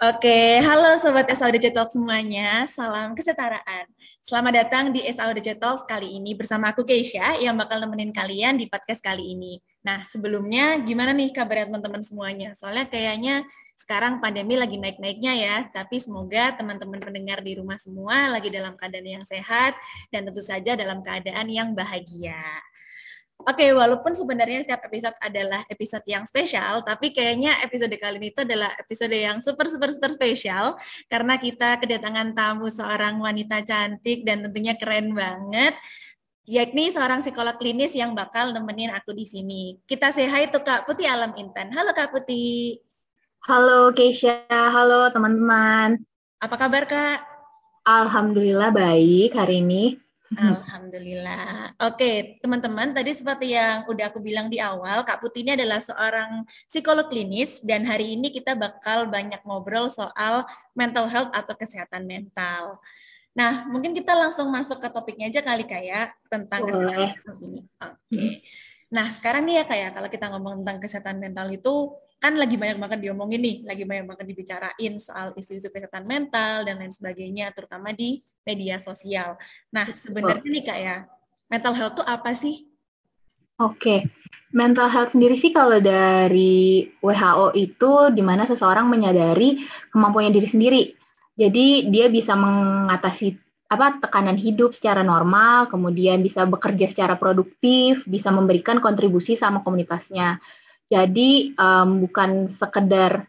Oke, halo Sobat SAUDC Talk semuanya, salam kesetaraan. Selamat datang di SAUDC Talk kali ini bersama aku Keisha yang bakal nemenin kalian di podcast kali ini. Nah, sebelumnya gimana nih kabarnya teman-teman semuanya? Soalnya kayaknya sekarang pandemi lagi naik-naiknya ya, tapi semoga teman-teman pendengar di rumah semua lagi dalam keadaan yang sehat dan tentu saja dalam keadaan yang bahagia. Oke, walaupun sebenarnya setiap episode adalah episode yang spesial, tapi kayaknya episode kali ini itu adalah episode yang super super super spesial karena kita kedatangan tamu seorang wanita cantik dan tentunya keren banget, yakni seorang psikolog klinis yang bakal nemenin aku di sini. Kita say hi to Kak Putih Alam Intan. Halo Kak Putih. Halo Keisha, halo teman-teman. Apa kabar Kak? Alhamdulillah baik hari ini. Alhamdulillah. Oke, teman-teman, tadi seperti yang udah aku bilang di awal, Kak Putih ini adalah seorang psikolog klinis dan hari ini kita bakal banyak ngobrol soal mental health atau kesehatan mental. Nah, mungkin kita langsung masuk ke topiknya aja kali kayak tentang kesehatan Boleh. mental ini. Oke. Nah, sekarang nih ya kayak kalau kita ngomong tentang kesehatan mental itu kan lagi banyak banget diomongin nih, lagi banyak banget dibicarain soal isu-isu kesehatan mental dan lain sebagainya, terutama di media sosial. Nah, Betul. sebenarnya nih Kak ya, mental health itu apa sih? Oke, mental health sendiri sih kalau dari WHO itu di mana seseorang menyadari kemampuannya diri sendiri. Jadi dia bisa mengatasi tekanan hidup secara normal, kemudian bisa bekerja secara produktif, bisa memberikan kontribusi sama komunitasnya. Jadi bukan sekedar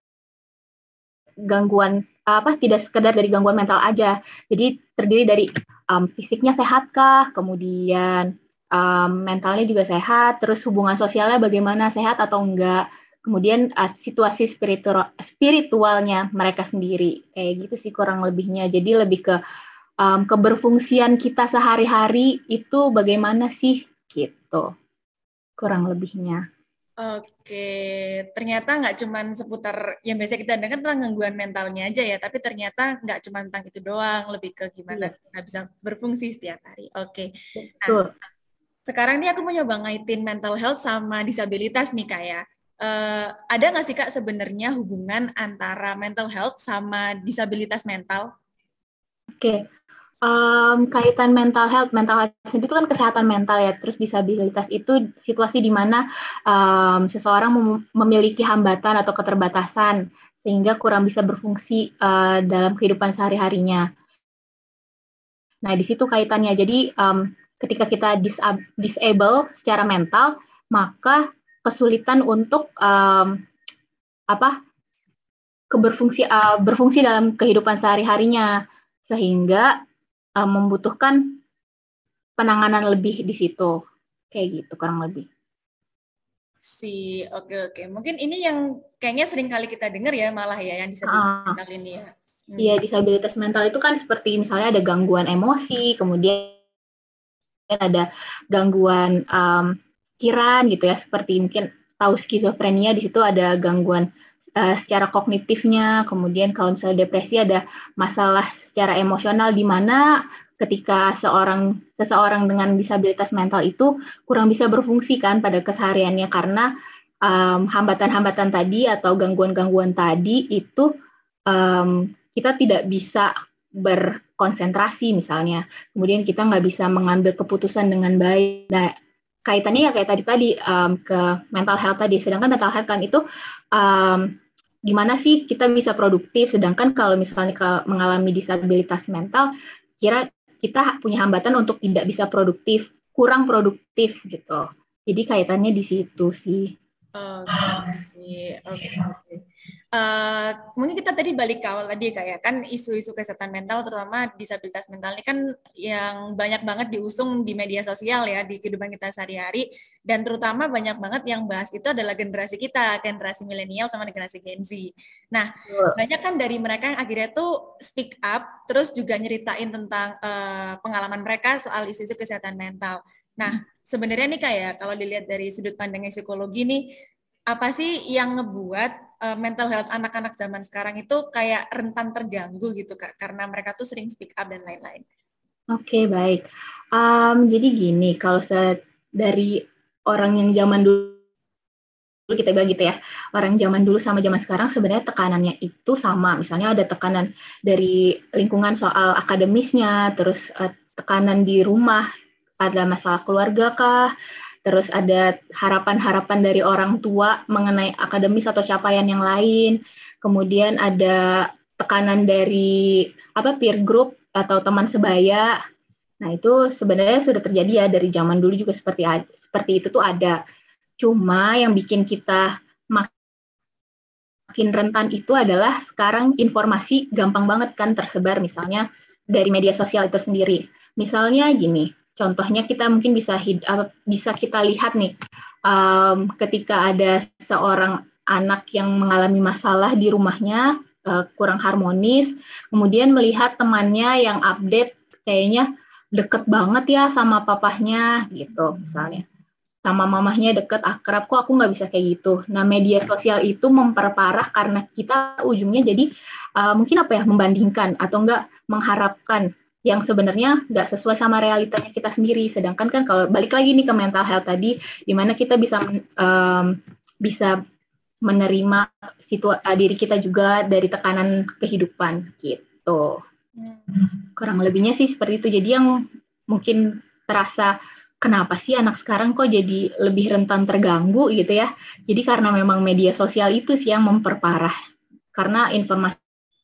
gangguan tidak sekedar dari gangguan mental aja. Jadi terdiri dari fisiknya sehatkah, kemudian mentalnya juga sehat, terus hubungan sosialnya bagaimana, sehat atau enggak, kemudian situasi spiritualnya mereka sendiri, kayak gitu sih kurang lebihnya. Jadi lebih ke keberfungsian kita sehari-hari itu bagaimana sih gitu, kurang lebihnya. Oke, ternyata nggak cuma seputar yang biasa kita dengar tentang gangguan mentalnya aja ya, tapi ternyata nggak cuma tentang itu doang, lebih ke gimana Iya, kita bisa berfungsi setiap hari. Oke, nah betul. sekarang nih aku mau nyoba ngaitin mental health sama disabilitas nih Kak ya. Ada nggak sih Kak sebenarnya hubungan antara mental health sama disabilitas mental? Oke, kaitan mental health sendiri itu kan kesehatan mental ya. Terus disabilitas itu situasi di mana seseorang memiliki hambatan atau keterbatasan sehingga kurang bisa berfungsi dalam kehidupan sehari-harinya. Nah, di situ kaitannya. Jadi ketika kita disable secara mental, maka kesulitan untuk apa berfungsi dalam kehidupan sehari-harinya sehingga membutuhkan penanganan lebih di situ. Kayak gitu kurang lebih. Oke oke. Mungkin ini yang kayaknya sering kali kita dengar ya malah ya yang disabilitas Uh, mental ini ya. ya, Hmm. disabilitas mental itu kan seperti misalnya ada gangguan emosi, kemudian ada gangguan pikiran gitu ya, seperti mungkin tahu skizofrenia, di situ ada gangguan secara kognitifnya, kemudian kalau misalnya depresi ada masalah secara emosional di mana ketika seseorang dengan disabilitas mental itu kurang bisa berfungsi kan pada kesehariannya karena hambatan-hambatan tadi atau gangguan-gangguan tadi itu kita tidak bisa berkonsentrasi misalnya, kemudian kita nggak bisa mengambil keputusan dengan baik. Nah, kaitannya ya kayak tadi ke mental health tadi. Sedangkan mental health kan itu gimana sih kita bisa produktif, sedangkan kalau misalnya mengalami disabilitas mental, kira kita punya hambatan untuk tidak bisa produktif, kurang produktif gitu. Jadi kaitannya di situ sih. Oh, oke, oke. Mungkin kita tadi balik ke awal tadi kayak kan isu-isu kesehatan mental terutama disabilitas mental ini kan yang banyak banget diusung di media sosial ya di kehidupan kita sehari-hari dan terutama banyak banget yang bahas itu adalah generasi kita, generasi milenial sama generasi Gen Z. Nah, banyak kan dari mereka yang akhirnya tuh speak up terus juga nyeritain tentang pengalaman mereka soal isu-isu kesehatan mental. Nah, sebenarnya nih kayak kalau dilihat dari sudut pandangnya psikologi nih, apa sih yang ngebuat mental health anak-anak zaman sekarang itu kayak rentan terganggu gitu Kak, karena mereka tuh sering speak up dan lain-lain. Oke, baik. Jadi gini, kalau dari orang yang zaman dulu kita bilang gitu ya, orang zaman dulu sama zaman sekarang sebenarnya tekanannya itu sama. Misalnya ada tekanan dari lingkungan soal akademisnya, terus tekanan di rumah, ada masalah keluarga kah, terus ada harapan-harapan dari orang tua mengenai akademis atau capaian yang lain, kemudian ada tekanan dari peer group atau teman sebaya. Nah itu sebenarnya sudah terjadi ya dari zaman dulu juga seperti itu tuh ada. Cuma yang bikin kita makin rentan itu adalah sekarang informasi gampang banget kan tersebar, misalnya dari media sosial itu sendiri. Misalnya gini, contohnya kita mungkin bisa kita lihat nih, ketika ada seorang anak yang mengalami masalah di rumahnya, kurang harmonis, kemudian melihat temannya yang update kayaknya deket banget ya sama papahnya gitu misalnya, sama mamahnya deket, akrab, kok aku nggak bisa kayak gitu. Nah, media sosial itu memperparah karena kita ujungnya jadi mungkin membandingkan atau enggak mengharapkan yang sebenarnya nggak sesuai sama realitanya kita sendiri. Sedangkan kan kalau balik lagi nih ke mental health tadi, di mana kita bisa menerima diri kita juga dari tekanan kehidupan gitu. Kurang lebihnya sih seperti itu. Jadi yang mungkin terasa, kenapa sih anak sekarang kok jadi lebih rentan terganggu gitu ya? Jadi karena memang media sosial itu sih yang memperparah. Karena informasi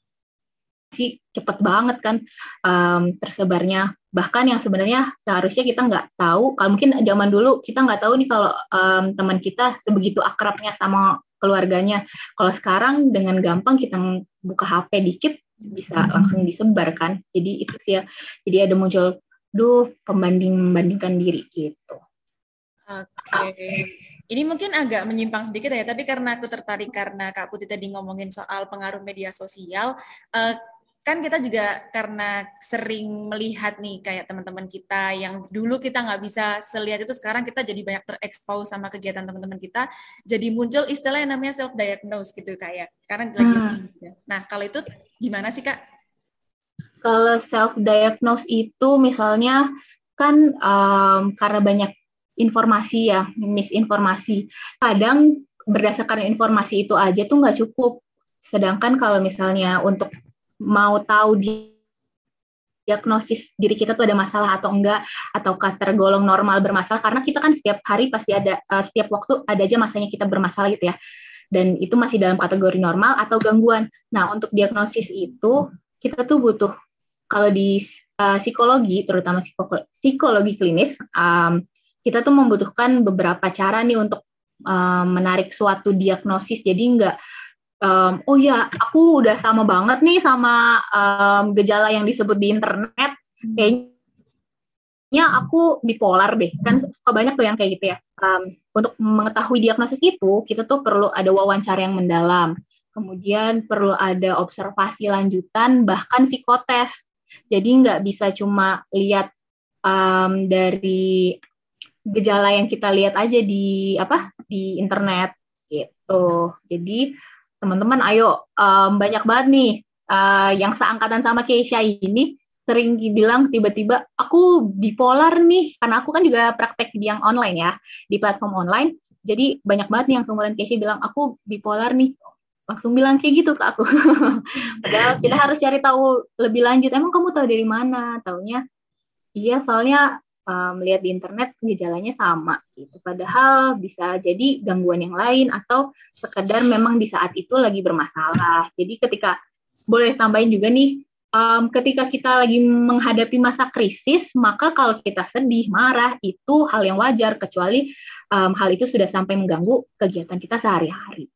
cepat banget kan tersebarnya. Bahkan yang sebenarnya seharusnya kita nggak tahu. Kalau mungkin zaman dulu kita nggak tahu nih kalau teman kita sebegitu akrabnya sama keluarganya. Kalau sekarang dengan gampang kita buka HP dikit bisa langsung disebar kan. Jadi itu sih ya. Jadi ada muncul membandingkan diri gitu. Oke. Ini mungkin agak menyimpang sedikit ya, tapi karena aku tertarik karena Kak Putih tadi ngomongin soal pengaruh media sosial, kan kita juga karena sering melihat nih kayak teman-teman kita yang dulu kita nggak bisa selihat itu, sekarang kita jadi banyak terekspos sama kegiatan teman-teman kita, jadi muncul istilah yang namanya self-diagnose gitu kayak, karena lagi. Nah, kalau itu gimana sih Kak? Kalau self-diagnose itu misalnya kan karena banyak informasi ya, misinformasi. Kadang berdasarkan informasi itu aja tuh nggak cukup. Sedangkan kalau misalnya untuk mau tahu diagnosis diri kita tuh ada masalah atau enggak, ataukah tergolong normal bermasalah, karena kita kan setiap hari pasti ada, setiap waktu ada aja masanya kita bermasalah gitu ya. Dan itu masih dalam kategori normal atau gangguan. Nah, untuk diagnosis itu kita tuh butuh, kalau di psikologi, terutama psikologi klinis, kita tuh membutuhkan beberapa cara nih untuk menarik suatu diagnosis. Jadi enggak, oh ya, aku udah sama banget nih sama gejala yang disebut di internet, kayaknya aku bipolar deh. Kan suka banyak tuh yang kayak gitu ya. Untuk mengetahui diagnosis itu, kita tuh perlu ada wawancara yang mendalam. Kemudian perlu ada observasi lanjutan, bahkan psikotes. Jadi nggak bisa cuma lihat dari gejala yang kita lihat aja di internet gitu. Jadi teman-teman ayo, banyak banget nih yang seangkatan sama Keisha ini sering bilang tiba-tiba aku bipolar nih, karena aku kan juga praktek di yang online ya, di platform online. Jadi banyak banget nih yang seumuran Keisha bilang aku bipolar nih, langsung bilang kayak gitu ke aku. Padahal kita harus cari tahu lebih lanjut, emang kamu tahu dari mana? Taunya iya soalnya melihat di internet gejalanya sama gitu. Padahal bisa jadi gangguan yang lain atau sekedar memang di saat itu lagi bermasalah. Jadi ketika, boleh tambahin juga nih, ketika kita lagi menghadapi masa krisis, maka kalau kita sedih, marah, itu hal yang wajar, kecuali hal itu sudah sampai mengganggu kegiatan kita sehari-hari.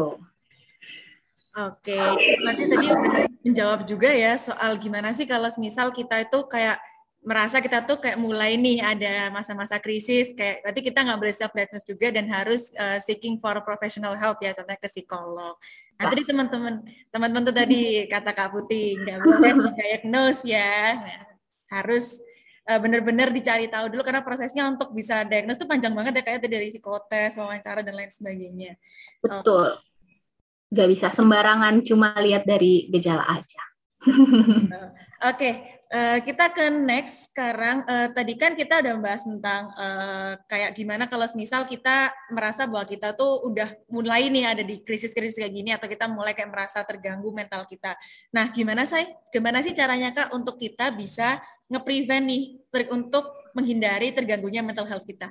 Oke, berarti tadi udah menjawab juga ya soal gimana sih kalau misal kita itu kayak merasa kita tuh kayak mulai nih ada masa-masa krisis, kayak berarti kita nggak boleh self-diagnose juga dan harus seeking for professional help ya, contohnya ke psikolog. Nah, tadi teman-teman tuh tadi kata Kak Putih, nggak boleh self-diagnose ya, nah, harus benar-benar dicari tahu dulu, karena prosesnya untuk bisa diagnose tuh panjang banget ya, kayak dari psikotes, wawancara, dan lain sebagainya. Betul. Nggak bisa sembarangan cuma lihat dari gejala aja. Oke, kita ke next sekarang. Tadi kan kita udah bahas tentang kayak gimana kalau misal kita merasa bahwa kita tuh udah mulai nih ada di krisis-krisis kayak gini, atau kita mulai kayak merasa terganggu mental kita. Nah, gimana sih caranya Kak untuk kita bisa nge-prevent nih untuk menghindari terganggunya mental health kita?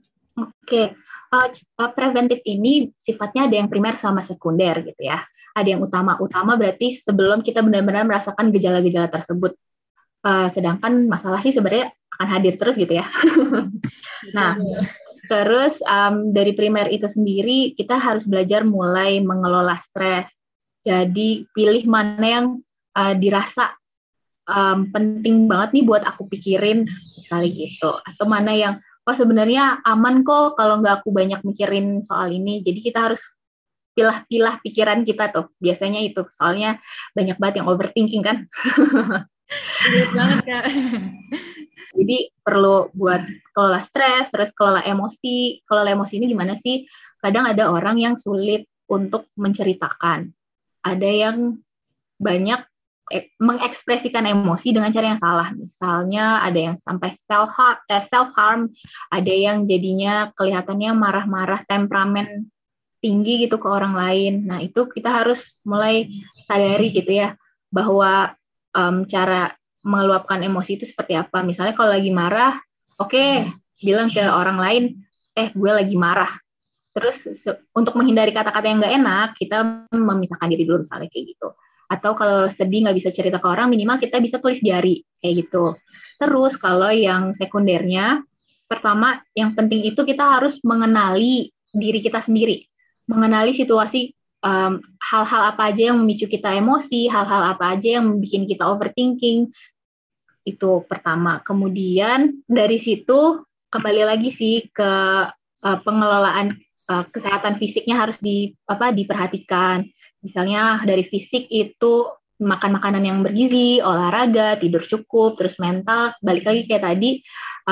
Oke, preventif ini sifatnya ada yang primer sama sekunder gitu ya. Ada yang utama berarti sebelum kita benar-benar merasakan gejala-gejala tersebut. Sedangkan masalah sih sebenarnya akan hadir terus gitu ya. Nah, terus dari primer itu sendiri kita harus belajar mulai mengelola stres. Jadi pilih mana yang dirasa penting banget nih buat aku pikirin, misalnya gitu. Atau mana yang sebenarnya aman kok kalau nggak aku banyak mikirin soal ini. Jadi kita harus pilah-pilah pikiran kita tuh. Biasanya itu, soalnya banyak banget yang overthinking kan. Betul banget, Kak. Jadi perlu buat kelola stres, terus kelola emosi. Kelola emosi ini gimana sih? Kadang ada orang yang sulit untuk menceritakan. Ada yang banyak mengekspresikan emosi dengan cara yang salah. Misalnya ada yang sampai self-harm, ada yang jadinya kelihatannya marah-marah, temperamen tinggi gitu ke orang lain. Nah, itu kita harus mulai sadari gitu ya, bahwa cara meluapkan emosi itu seperti apa. Misalnya kalau lagi marah, oke, bilang ke orang lain, gue lagi marah. Terus untuk menghindari kata-kata yang nggak enak, kita memisahkan diri dulu misalnya kayak gitu. Atau kalau sedih nggak bisa cerita ke orang, minimal kita bisa tulis diary kayak gitu. Terus kalau yang sekundernya, pertama yang penting itu kita harus mengenali diri kita sendiri, mengenali situasi, hal-hal apa aja yang memicu kita emosi, hal-hal apa aja yang bikin kita overthinking. Itu pertama. Kemudian dari situ kembali lagi sih ke pengelolaan kesehatan fisiknya harus diperhatikan. Misalnya dari fisik itu makan makanan yang bergizi, olahraga, tidur cukup, terus mental, balik lagi kayak tadi,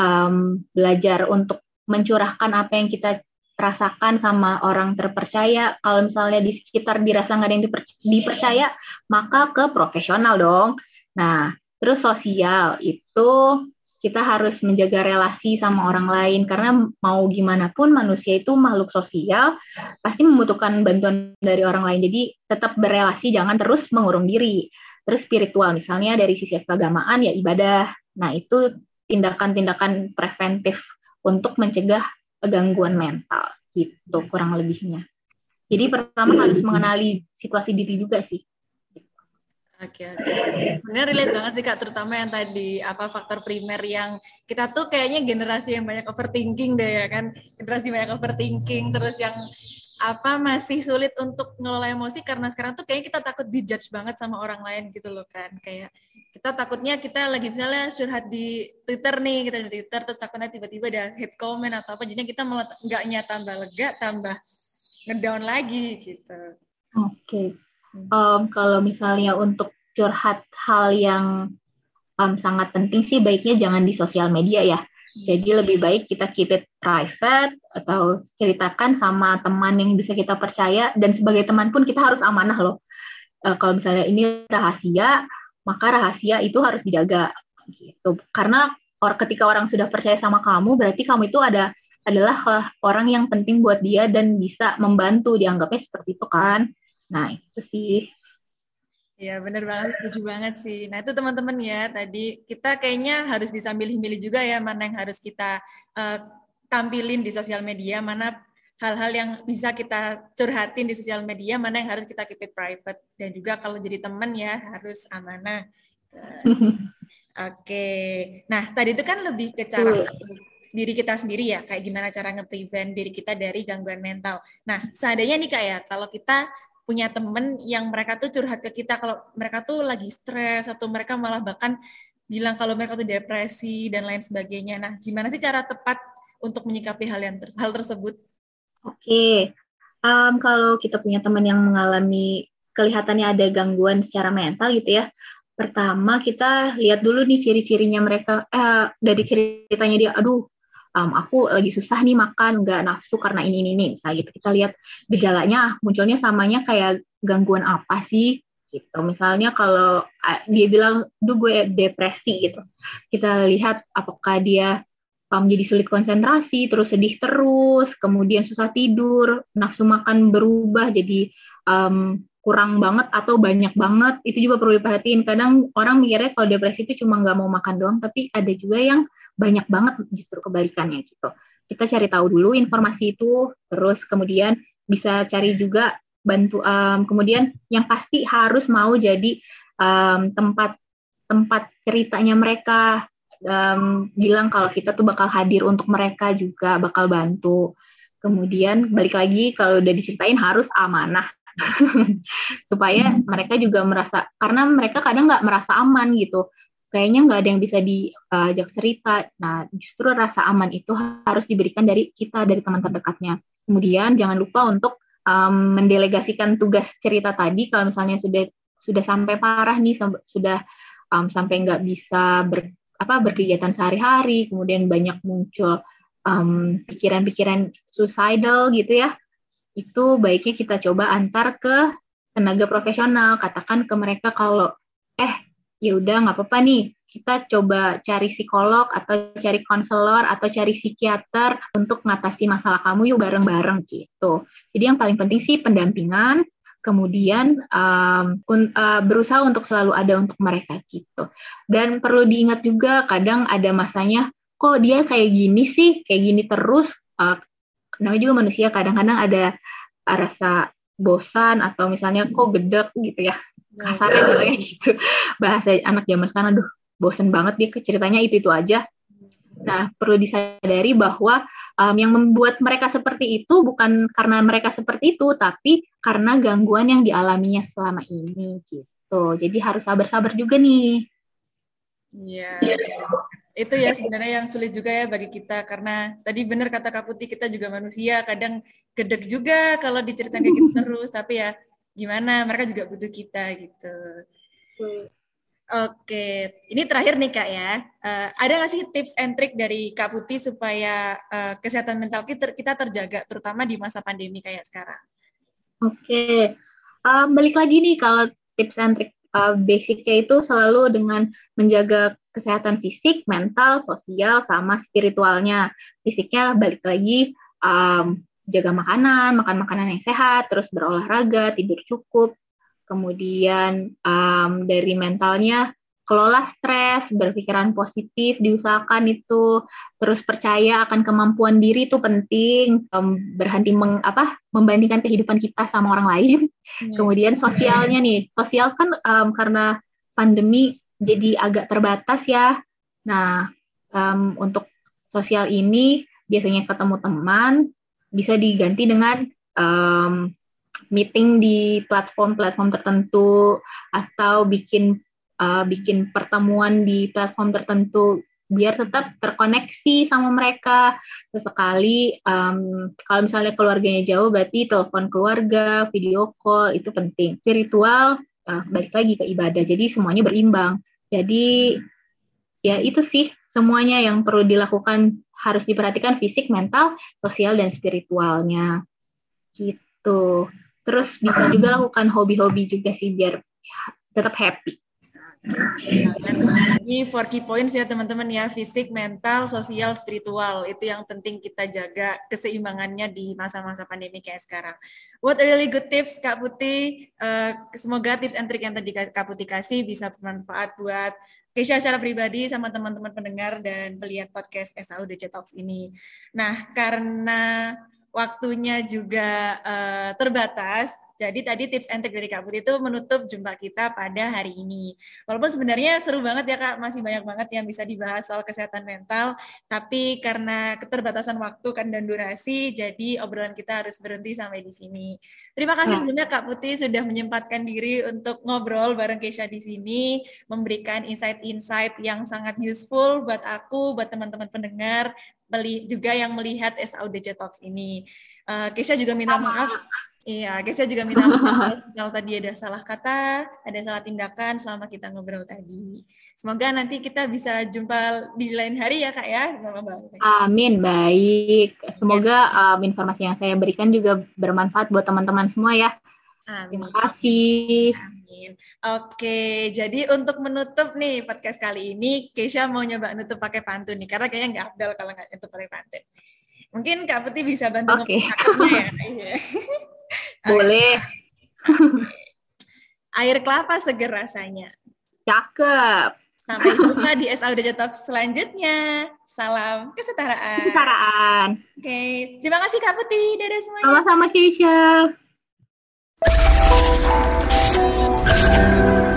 belajar untuk mencurahkan apa yang kita rasakan sama orang terpercaya. Kalau misalnya di sekitar dirasa nggak ada yang dipercaya, maka ke profesional dong. Nah, terus sosial itu kita harus menjaga relasi sama orang lain, karena mau gimana pun manusia itu makhluk sosial, pasti membutuhkan bantuan dari orang lain. Jadi tetap berelasi, jangan terus mengurung diri. Terus spiritual, misalnya dari sisi keagamaan ya ibadah. Nah, itu tindakan-tindakan preventif untuk mencegah gangguan mental gitu kurang lebihnya. Jadi pertama harus mengenali situasi diri juga sih. Oke. Benar, relate banget sih Kak, terutama yang tadi faktor primer yang kita tuh kayaknya generasi yang banyak overthinking deh ya kan, generasi banyak overthinking, terus yang masih sulit untuk ngelola emosi karena sekarang tuh kayaknya kita takut dijudge banget sama orang lain gitu loh kan, kayak kita takutnya kita lagi misalnya curhat di Twitter nih, kita di Twitter terus takutnya tiba-tiba ada hate comment atau apa, jadinya kita malah nggaknya tambah lega, tambah ngedown lagi gitu. Oke. Kalau misalnya untuk curhat hal yang sangat penting sih baiknya jangan di sosial media ya. Jadi lebih baik kita keep it private atau ceritakan sama teman yang bisa kita percaya, dan sebagai teman pun kita harus amanah loh. Kalau misalnya ini rahasia, maka rahasia itu harus dijaga gitu. Karena ketika orang sudah percaya sama kamu, berarti kamu itu adalah orang yang penting buat dia dan bisa membantu, dianggapnya seperti itu kan. Nah, itu sih. Ya, benar banget, setuju banget sih. Nah, itu teman-teman ya, tadi kita kayaknya harus bisa milih-milih juga ya, mana yang harus kita tampilin di sosial media, mana hal-hal yang bisa kita curhatin di sosial media, mana yang harus kita keep it private. Dan juga kalau jadi teman ya, harus amanah. Oke. Nah, tadi itu kan lebih ke cara diri kita sendiri ya, kayak gimana cara nge-prevent diri kita dari gangguan mental. Nah, seandainya nih Kak ya, kalau kita punya temen yang mereka tuh curhat ke kita kalau mereka tuh lagi stres atau mereka malah bahkan bilang kalau mereka tuh depresi dan lain sebagainya. Nah, gimana sih cara tepat untuk menyikapi hal tersebut? Oke. Kalau kita punya teman yang mengalami kelihatannya ada gangguan secara mental gitu ya, pertama kita lihat dulu nih ciri-cirinya mereka. Dari ceritanya dia, aduh, aku lagi susah nih makan, nggak nafsu karena ini. Misalnya gitu. Kita lihat gejalanya, munculnya samanya kayak gangguan apa sih? gitu. Misalnya kalau dia bilang, duh gue depresi gitu, kita lihat apakah dia jadi sulit konsentrasi, terus sedih terus, kemudian susah tidur, nafsu makan berubah jadi kurang banget atau banyak banget, itu juga perlu diperhatiin. Kadang orang mikirnya kalau depresi itu cuma nggak mau makan doang, tapi ada juga yang banyak banget justru kebalikannya gitu. Kita cari tahu dulu informasi itu, terus kemudian bisa cari juga kemudian yang pasti harus mau jadi tempat ceritanya mereka, bilang kalau kita tuh bakal hadir untuk mereka juga, bakal bantu. Kemudian balik lagi kalau udah diceritain harus amanah supaya mereka juga merasa, karena mereka kadang nggak merasa aman gitu, kayaknya nggak ada yang bisa diajak cerita. Nah justru rasa aman itu harus diberikan dari kita, dari teman terdekatnya. Kemudian jangan lupa untuk mendelegasikan tugas cerita tadi kalau misalnya sudah sampai parah nih, sudah sampai nggak bisa berkegiatan sehari-hari, kemudian banyak muncul pikiran-pikiran suicidal gitu ya, itu baiknya kita coba antar ke tenaga profesional. Katakan ke mereka kalau ya udah nggak apa-apa nih, kita coba cari psikolog atau cari konselor atau cari psikiater untuk ngatasi masalah kamu yuk bareng-bareng gitu. Jadi yang paling penting sih pendampingan, kemudian berusaha untuk selalu ada untuk mereka gitu. Dan perlu diingat juga kadang ada masanya, kok dia kayak gini sih, kayak gini terus. Namanya juga manusia, kadang-kadang ada rasa bosan atau misalnya kok gedek gitu ya, kasarnya bilangnya gitu. Bahasa anak zaman sekarang, aduh bosan banget dia ceritanya itu aja. Nah, perlu disadari bahwa yang membuat mereka seperti itu bukan karena mereka seperti itu, tapi karena gangguan yang dialaminya selama ini gitu. Jadi harus sabar-sabar juga nih. Iya. Itu ya sebenarnya yang sulit juga ya bagi kita, karena tadi benar kata Kak Putih, kita juga manusia, kadang gedek juga kalau diceritain kayak gitu terus, tapi ya gimana, mereka juga butuh kita gitu. Oke, ini terakhir nih Kak ya. Ada nggak sih tips and trick dari Kak Putih supaya kesehatan mental kita terjaga, terutama di masa pandemi kayak sekarang? Oke, balik lagi nih kalau tips and trick basicnya itu selalu dengan menjaga kesehatan fisik, mental, sosial, sama spiritualnya. Fisiknya balik lagi jaga makanan, makan makanan yang sehat, terus berolahraga, tidur cukup. Kemudian dari mentalnya, kelola stres, berpikiran positif, diusahakan itu, terus percaya akan kemampuan diri itu penting, berhenti membandingkan kehidupan kita sama orang lain. Kemudian sosialnya nih, sosial kan karena pandemi jadi agak terbatas ya. Nah, untuk sosial ini biasanya ketemu teman, bisa diganti dengan meeting di platform-platform tertentu atau bikin pertemuan di platform tertentu biar tetap terkoneksi sama mereka. Sesekali kalau misalnya keluarganya jauh, berarti telepon keluarga, video call itu penting. Spiritual balik lagi ke ibadah, jadi semuanya berimbang. Jadi ya itu sih semuanya yang perlu dilakukan, harus diperhatikan fisik, mental, sosial, dan spiritualnya gitu. Terus bisa juga lakukan hobi-hobi juga sih biar tetap happy. Ini 4 key points ya teman-teman ya, fisik, mental, sosial, spiritual. Itu yang penting kita jaga keseimbangannya di masa-masa pandemi kayak sekarang. What a really good tips Kak Putih. Semoga tips and trick yang tadi Kak Putih kasih bisa bermanfaat buat Keisha secara pribadi sama teman-teman pendengar dan pelihat podcast SAUDC Talks ini. Nah, karena waktunya juga terbatas, jadi tadi tips and trick dari Kak Putih itu menutup jumpa kita pada hari ini. Walaupun sebenarnya seru banget ya Kak, masih banyak banget yang bisa dibahas soal kesehatan mental, tapi karena keterbatasan waktu kan dan durasi, jadi obrolan kita harus berhenti sampai di sini. Terima kasih sebelumnya Kak Putih sudah menyempatkan diri untuk ngobrol bareng Keisha di sini, memberikan insight-insight yang sangat useful buat aku, buat teman-teman pendengar, juga yang melihat SAUDC Talks ini. Keisha juga minta maaf. Iya, Keisha juga minta maaf misal tadi ada salah kata, ada salah tindakan selama kita ngobrol tadi. Semoga nanti kita bisa jumpa di lain hari ya Kak ya. Amin, baik. Semoga informasi yang saya berikan juga bermanfaat buat teman-teman semua ya. Terima Amin. kasih. Amin. Oke, jadi untuk menutup nih podcast kali ini, Keisha mau nyoba nutup pakai pantun nih, karena kayaknya nggak afdal kalau nggak nutup pakai pantun. Mungkin Kak Putih bisa bantu Oke, ngomong ya. Iya. Oke. boleh. Air kelapa seger rasanya. Cakep. Sampai jumpa di SAUDJ Talks selanjutnya. Salam kesetaraan. Kesetaraan. Oke, terima kasih Kak Putih. Dadah semuanya. Sama-sama Keisha.